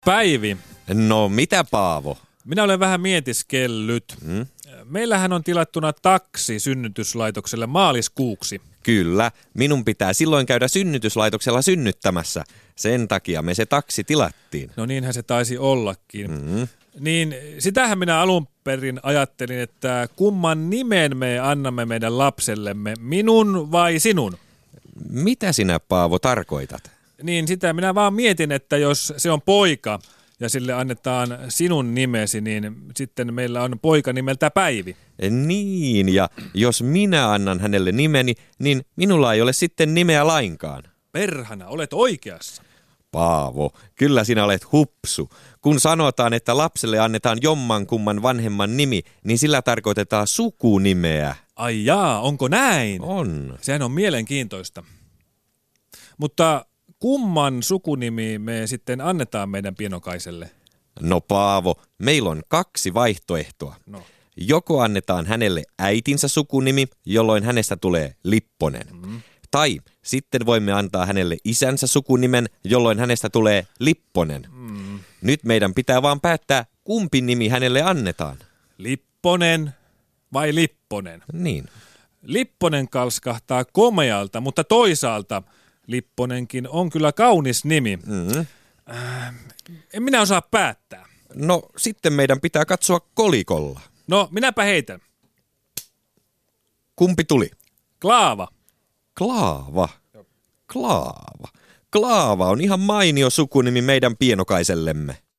Päivi. No mitä, Paavo? Minä olen vähän mietiskellyt. Meillähän on tilattuna taksi synnytyslaitokselle maaliskuuksi. Kyllä, minun pitää silloin käydä synnytyslaitoksella synnyttämässä. Sen takia me se taksi tilattiin. No niinhän se taisi ollakin. Niin sitähän minä alun perin ajattelin, että kumman nimen me annamme meidän lapsellemme, minun vai sinun? Mitä sinä, Paavo, tarkoitat? Niin sitä minä vaan mietin, että jos se on poika ja sille annetaan sinun nimesi, niin sitten meillä on poika nimeltä Päivi. Niin, ja jos minä annan hänelle nimeni, niin minulla ei ole sitten nimeä lainkaan. Perhana, olet oikeassa. Paavo, kyllä sinä olet hupsu. Kun sanotaan, että lapselle annetaan jommankumman vanhemman nimi, niin sillä tarkoitetaan sukunimeä. Ai jaa, onko näin? On. Sehän on mielenkiintoista. Mutta kumman sukunimi me sitten annetaan meidän pienokaiselle? No Paavo, meillä on 2 vaihtoehtoa. No. Joko annetaan hänelle äitinsä sukunimi, jolloin hänestä tulee Lipponen. Tai sitten voimme antaa hänelle isänsä sukunimen, jolloin hänestä tulee Lipponen. Nyt meidän pitää vaan päättää, kumpi nimi hänelle annetaan. Lipponen vai Lipponen? Niin. Lipponen kalskahtaa komealta, mutta toisaalta Lipponenkin on kyllä kaunis nimi. En minä osaa päättää. No sitten meidän pitää katsoa kolikolla. No, minäpä heitän. Kumpi tuli? Klaava. Klaava. Klaava. Klaava on ihan mainio sukunimi meidän pienokaisellemme.